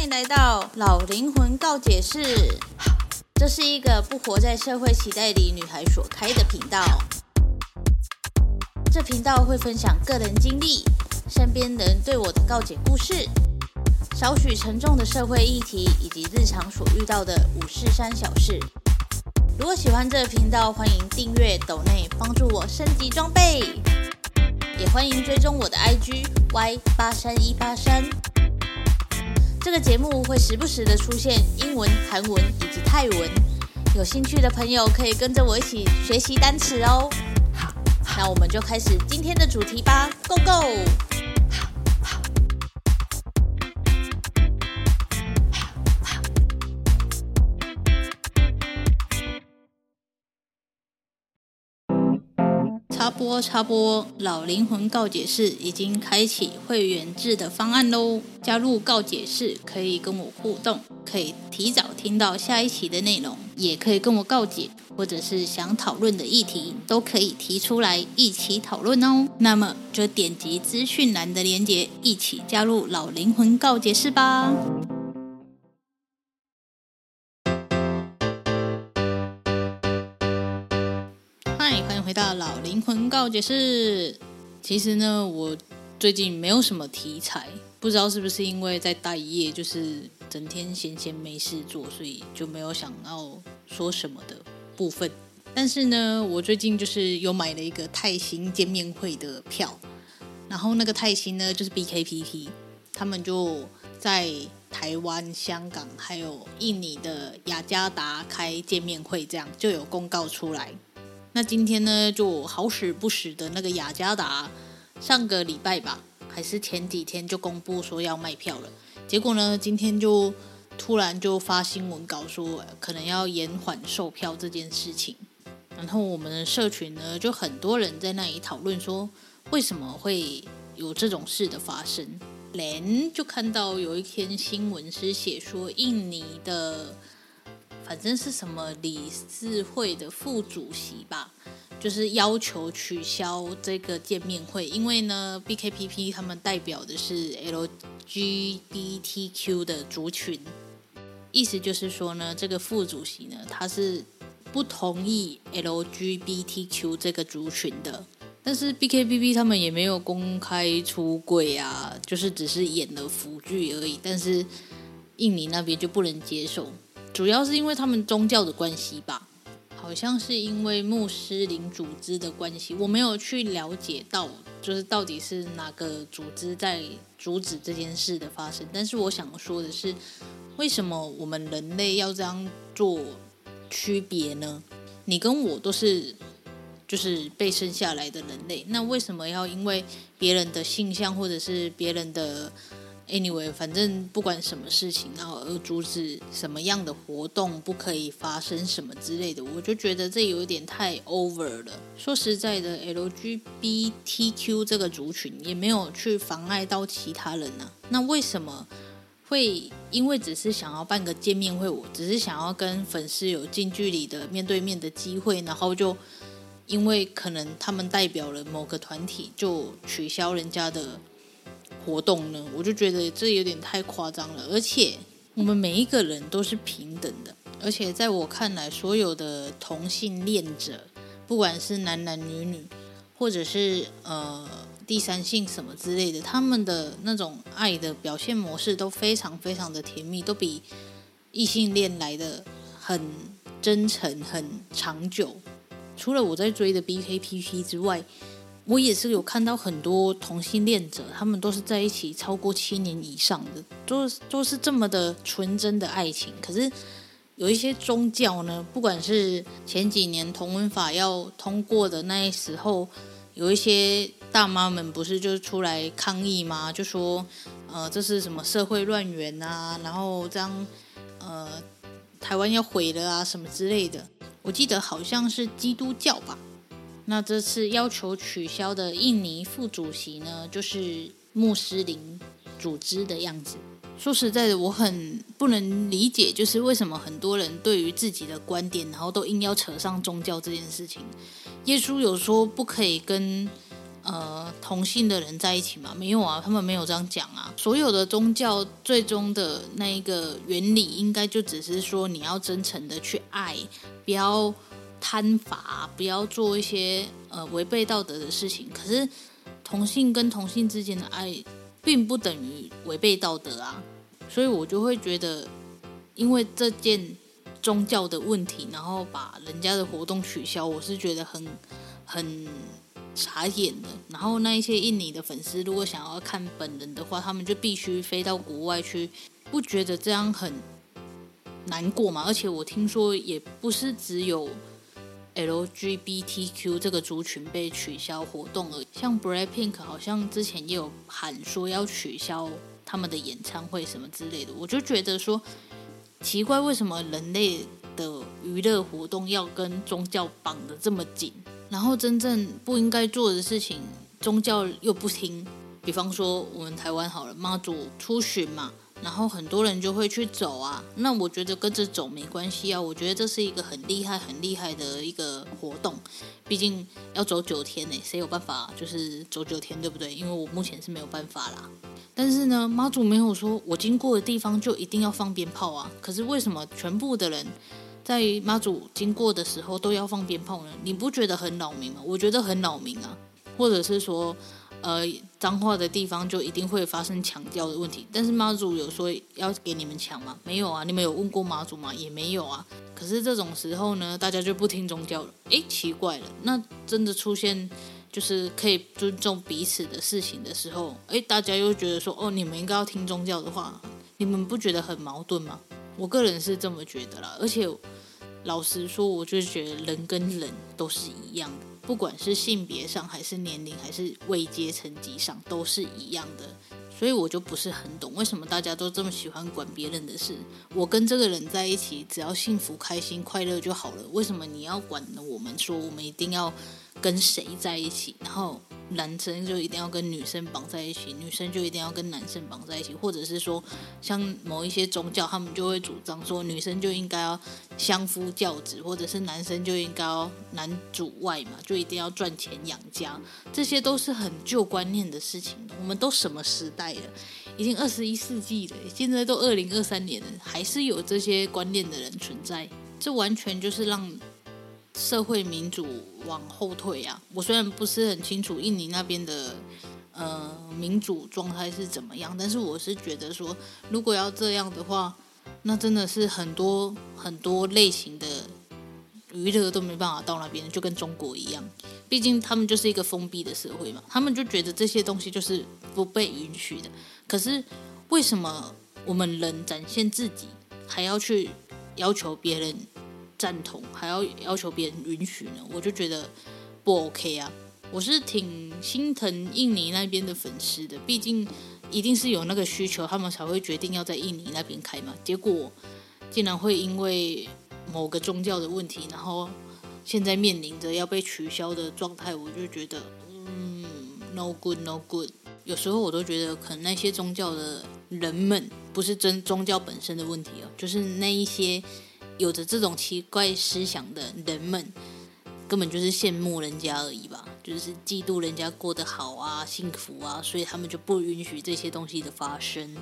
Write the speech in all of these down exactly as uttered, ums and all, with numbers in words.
迎来到老灵魂告解室，这是一个不活在社会期待里女孩所开的频道。这频道会分享个人经历、身边人对我的告解故事，少许沉重的社会议题，以及日常所遇到的五四三小事。如果喜欢这个频道，欢迎订阅、抖内帮助我升级装备，也欢迎追踪我的 I G Y 八三一八三。这个节目会时不时的出现英文、韩文以及泰文，有兴趣的朋友可以跟着我一起学习单词哦。那我们就开始今天的主题吧 ，Go Go！插播插播，老灵魂告解室已经开启会员制的方案咯，加入告解室可以跟我互动，可以提早听到下一期的内容，也可以跟我告解，或者是想讨论的议题都可以提出来一起讨论哦。那么就点击资讯栏的连结，一起加入老灵魂告解室吧。嗨，欢迎回到老灵魂告解室。其实呢，我最近没有什么题材，不知道是不是因为在待业，就是整天闲闲没事做，所以就没有想要说什么的部分。但是呢，我最近就是有买了一个泰兴见面会的票，然后那个泰兴呢就是 B K P P， 他们就在台湾、香港还有印尼的雅加达开见面会，这样就有公告出来。那今天呢，就好死不死的那个雅加达上个礼拜吧，还是前几天就公布说要卖票了。结果呢，今天就突然就发新闻稿说可能要延缓售票这件事情。然后我们的社群呢，就很多人在那里讨论说，为什么会有这种事的发生。连就看到有一篇新闻是写说，印尼的反正是什么理事会的副主席吧，就是要求取消这个见面会，因为呢 B K P P 他们代表的是 L G B T Q 的族群，意思就是说呢，这个副主席呢，他是不同意 L G B T Q 这个族群的，但是 B K P P 他们也没有公开出柜啊，就是只是演了腐剧而已，但是印尼那边就不能接受。主要是因为他们宗教的关系吧，好像是因为穆斯林组织的关系，我没有去了解到就是到底是哪个组织在阻止这件事的发生。但是我想说的是，为什么我们人类要这样做区别呢？你跟我都是就是被生下来的人类，那为什么要因为别人的性向或者是别人的anyway， 反正不管什么事情，然后而阻止什么样的活动不可以发生什么之类的，我就觉得这有点太 over 了。说实在的 ，L G B T Q 这个族群也没有去妨碍到其他人啊，那为什么会因为只是想要办个见面会，我只是想要跟粉丝有近距离的面对面的机会，然后就因为可能他们代表了某个团体，就取消人家的活动呢？我就觉得这有点太夸张了。而且我们每一个人都是平等的，而且在我看来，所有的同性恋者，不管是男男女女，或者是呃第三性什么之类的，他们的那种爱的表现模式都非常非常的甜蜜，都比异性恋来的很真诚、很长久。除了我在追的 B K P P 之外，我也是有看到很多同性恋者，他们都是在一起超过七年以上的，都都是这么的纯真的爱情。可是有一些宗教呢，不管是前几年同婚法要通过的那时候，有一些大妈们不是就出来抗议吗？就说呃这是什么社会乱源啊，然后这样呃台湾要毁了啊什么之类的。我记得好像是基督教吧。那这次要求取消的印尼副主席呢，就是穆斯林组织的样子。说实在的，我很不能理解，就是为什么很多人对于自己的观点，然后都硬要扯上宗教这件事情。耶稣有说不可以跟呃同性的人在一起吗？没有啊，他们没有这样讲啊。所有的宗教最终的那一个原理，应该就只是说你要真诚的去爱，不要贪法，不要做一些呃违背道德的事情。可是同性跟同性之间的爱，并不等于违背道德啊。所以我就会觉得，因为这件宗教的问题，然后把人家的活动取消，我是觉得很很傻眼的。然后那一些印尼的粉丝，如果想要看本人的话，他们就必须飞到国外去，不觉得这样很难过吗？而且我听说也不是只有 L G B T Q 这个族群被取消活动而已，像 Blackpink 好像之前也有喊说要取消他们的演唱会什么之类的。我就觉得说奇怪，为什么人类的娱乐活动要跟宗教绑得这么紧，然后真正不应该做的事情宗教又不听。比方说我们台湾好了，妈祖出巡嘛，然后很多人就会去走啊，那我觉得跟着走没关系啊，我觉得这是一个很厉害很厉害的一个活动，毕竟要走九天呢，谁有办法就是走九天，对不对？因为我目前是没有办法啦。但是呢，妈祖没有说我经过的地方就一定要放鞭炮啊，可是为什么全部的人在妈祖经过的时候都要放鞭炮呢？你不觉得很扰民吗？我觉得很扰民啊。或者是说呃，彰化的地方就一定会发生抢吊的问题，但是妈祖有说要给你们抢吗？没有啊。你们有问过妈祖吗？也没有啊。可是这种时候呢，大家就不听宗教了。诶，奇怪了，那真的出现就是可以尊重彼此的事情的时候，诶，大家又觉得说，哦，你们应该要听宗教的话，你们不觉得很矛盾吗？我个人是这么觉得啦。而且老实说，我就觉得人跟人都是一样的，不管是性别上还是年龄还是位阶层级上都是一样的。所以我就不是很懂为什么大家都这么喜欢管别人的事。我跟这个人在一起，只要幸福开心快乐就好了，为什么你要管我们说我们一定要跟谁在一起，然后男生就一定要跟女生绑在一起，女生就一定要跟男生绑在一起，或者是说像某一些宗教他们就会主张说女生就应该要相夫教子，或者是男生就应该要男主外嘛，就一定要赚钱养家。这些都是很旧观念的事情，我们都什么时代了，已经二十一世纪了，现在都二零二三年了，还是有这些观念的人存在。这完全就是让社会民主往后退啊！我虽然不是很清楚印尼那边的呃民主状态是怎么样，但是我是觉得说，如果要这样的话，那真的是很多很多类型的娱乐都没办法到那边，就跟中国一样。毕竟他们就是一个封闭的社会嘛，他们就觉得这些东西就是不被允许的。可是为什么我们人展现自己，还要去要求别人赞同，还要要求别人允许呢？我就觉得不 OK 啊。我是挺心疼印尼那边的粉丝的，毕竟一定是有那个需求，他们才会决定要在印尼那边开嘛。结果竟然会因为某个宗教的问题，然后现在面临着要被取消的状态，我就觉得嗯 no good no good。有时候我都觉得可能那些宗教的人们不是真宗教本身的问题哦，就是那一些有着这种奇怪思想的人们根本就是羡慕人家而已吧，就是嫉妒人家过得好啊幸福啊，所以他们就不允许这些东西的发生。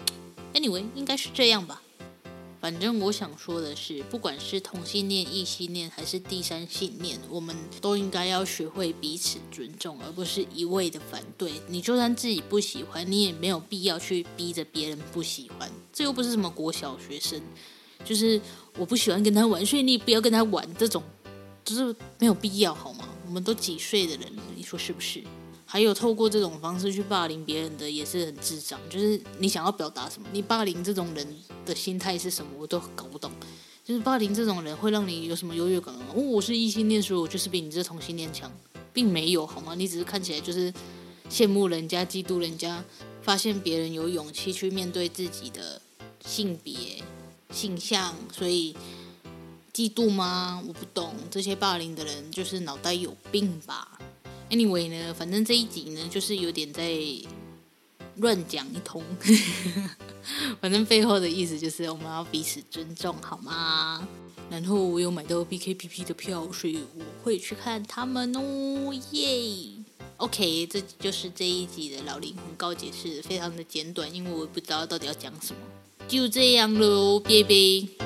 Anyway 应该是这样吧。反正我想说的是，不管是同性恋异性恋还是第三性恋，我们都应该要学会彼此尊重，而不是一味的反对。你就算自己不喜欢，你也没有必要去逼着别人不喜欢，这又不是什么国小学生，就是我不喜欢跟他玩，所以你不要跟他玩，这种就是没有必要好吗？我们都几岁的人了，你说是不是？还有透过这种方式去霸凌别人的也是很智障，就是你想要表达什么，你霸凌这种人的心态是什么我都搞不懂。就是霸凌这种人会让你有什么优越感吗？哦，我是异性恋，所以我就是比你这同性恋强，并没有好吗？你只是看起来就是羡慕人家嫉妒人家，发现别人有勇气去面对自己的性别性向，所以嫉妒吗？我不懂，这些霸凌的人就是脑袋有病吧。Anyway 呢，反正这一集呢就是有点在乱讲一通反正背后的意思就是我们要彼此尊重好吗？然后我有买到 B K P P 的票，所以我会去看他们哦，耶！ OK， 这就是这一集的老灵魂告解室，非常的简短，因为我不知道到底要讲什么。就这样喽，拜拜。